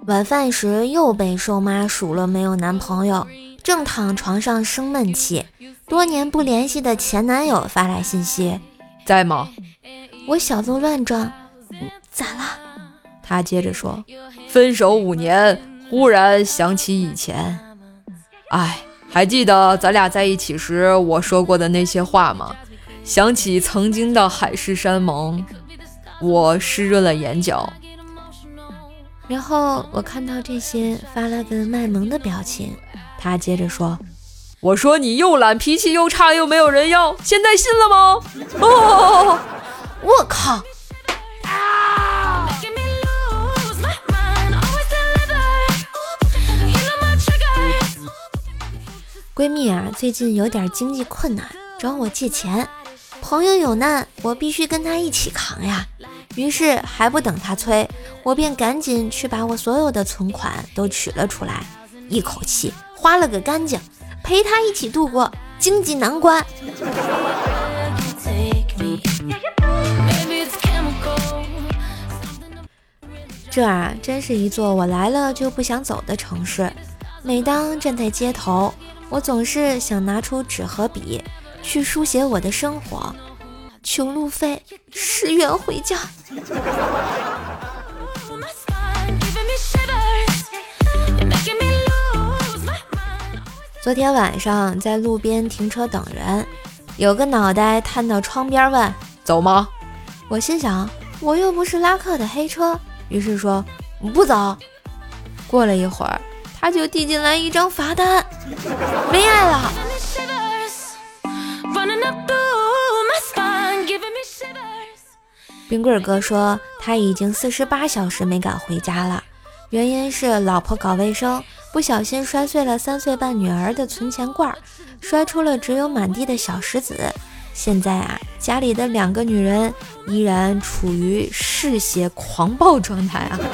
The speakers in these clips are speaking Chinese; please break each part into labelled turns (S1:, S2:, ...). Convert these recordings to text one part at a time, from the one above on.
S1: 晚饭时又被瘦妈数落没有男朋友，正躺床上生闷气，多年不联系的前男友发来信息，
S2: 在吗？
S1: 我小鹿乱撞，咋了？
S2: 他接着说，分手5年，忽然想起以前，还记得咱俩在一起时我说过的那些话吗？想起曾经的海誓山盟，我湿润了眼角。
S1: 然后我看到这些发了个卖萌的表情，
S2: 他接着说，我说你又懒脾气又差又没有人要，现在信了吗？
S1: 我靠！闺蜜啊，最近有点经济困难，找我借钱。朋友有难，我必须跟他一起扛呀。于是还不等他催，我便赶紧去把我所有的存款都取了出来，一口气花了个干净，陪他一起度过经济难关。这啊，真是一座我来了就不想走的城市。每当站在街头，我总是想拿出纸和笔去书写我的生活。求路费10元回家。昨天晚上在路边停车等人，有个脑袋探到窗边问，
S2: 走吗？
S1: 我心想，我又不是拉客的黑车，于是说不走。过了一会儿，他就递进来一张罚单，没爱了。冰棍哥说他已经48小时没敢回家了，原因是老婆搞卫生不小心摔碎了3岁半女儿的存钱罐，摔出了只有满地的小石子。现在啊，家里的2个女人依然处于嗜血狂暴状态啊。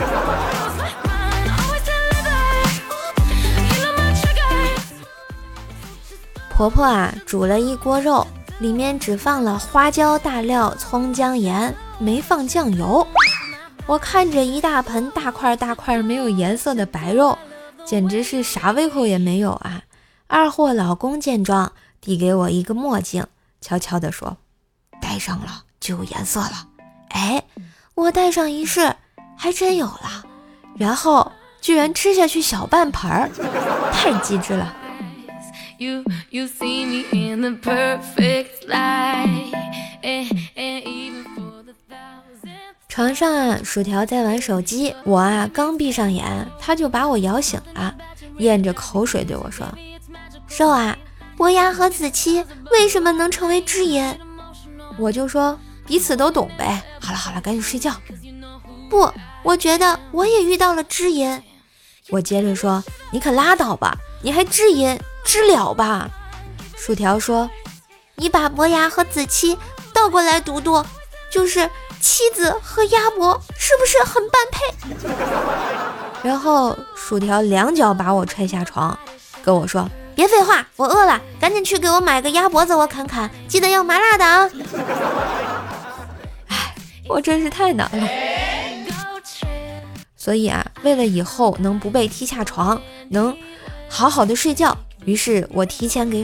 S1: 婆婆啊，煮了一锅肉，里面只放了花椒、大料、葱姜盐，没放酱油。我看着一大盆大块大块没有颜色的白肉，简直是啥胃口也没有啊。二货老公见状，递给我一个墨镜，悄悄地说，戴上了就有颜色了。哎，我戴上一试，还真有了，然后居然吃下去小半盆儿，太机智了。You see me in the perfect light. 床上啊，薯条在玩手机，我啊刚闭上眼，他就把我摇醒了，咽着口水对我说，瘦啊，伯牙和子期为什么能成为知音？我就说彼此都懂呗。好了，赶紧睡觉。不，我觉得我也遇到了知音。我接着说，你可拉倒吧，你还知音，知了吧？薯条说，你把伯牙和子期倒过来读读，就是妻子和鸭脖，是不是很般配？然后薯条2脚把我踹下床，跟我说，别废话，我饿了，赶紧去给我买个鸭脖子我啃啃，记得要麻辣的啊。我真是太难了。所以啊，为了以后能不被踢下床，能好好的睡觉，于是我提前给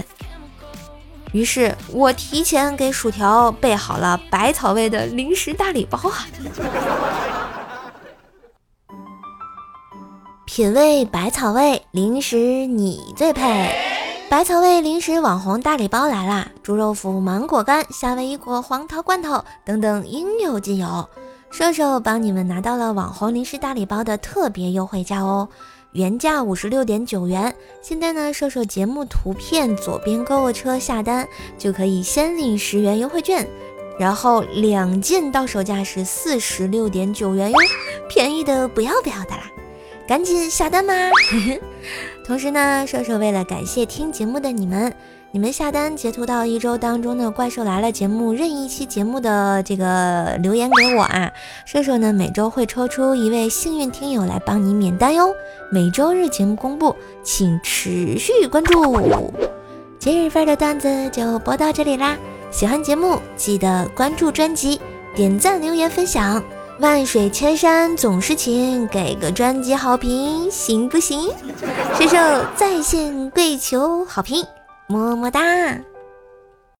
S1: 薯条备好了百草味的零食大礼包啊。品味百草味零食你最配，百草味零食网红大礼包来啦！猪肉脯、芒果干、夏威夷果、黄桃罐头等等应有尽有，瘦瘦帮你们拿到了网红零食大礼包的特别优惠价哦，原价56.9元，现在呢，瘦瘦节目图片左边购物车下单就可以先领10元优惠券，然后2件到手价是46.9元哟，便宜的不要的啦，赶紧下单吧。同时呢，瘦瘦为了感谢听节目的你们下单截图到1周当中的怪兽来了节目任意一期节目的这个留言给我啊，瘦瘦呢每周会抽出1位幸运听友来帮你免单哟，每周日节目公布，请持续关注。今日份的段子就播到这里啦，喜欢节目记得关注专辑，点赞留言分享， 万水千山总是情，给个专辑好评行不行？射手在线跪求好评，么么哒。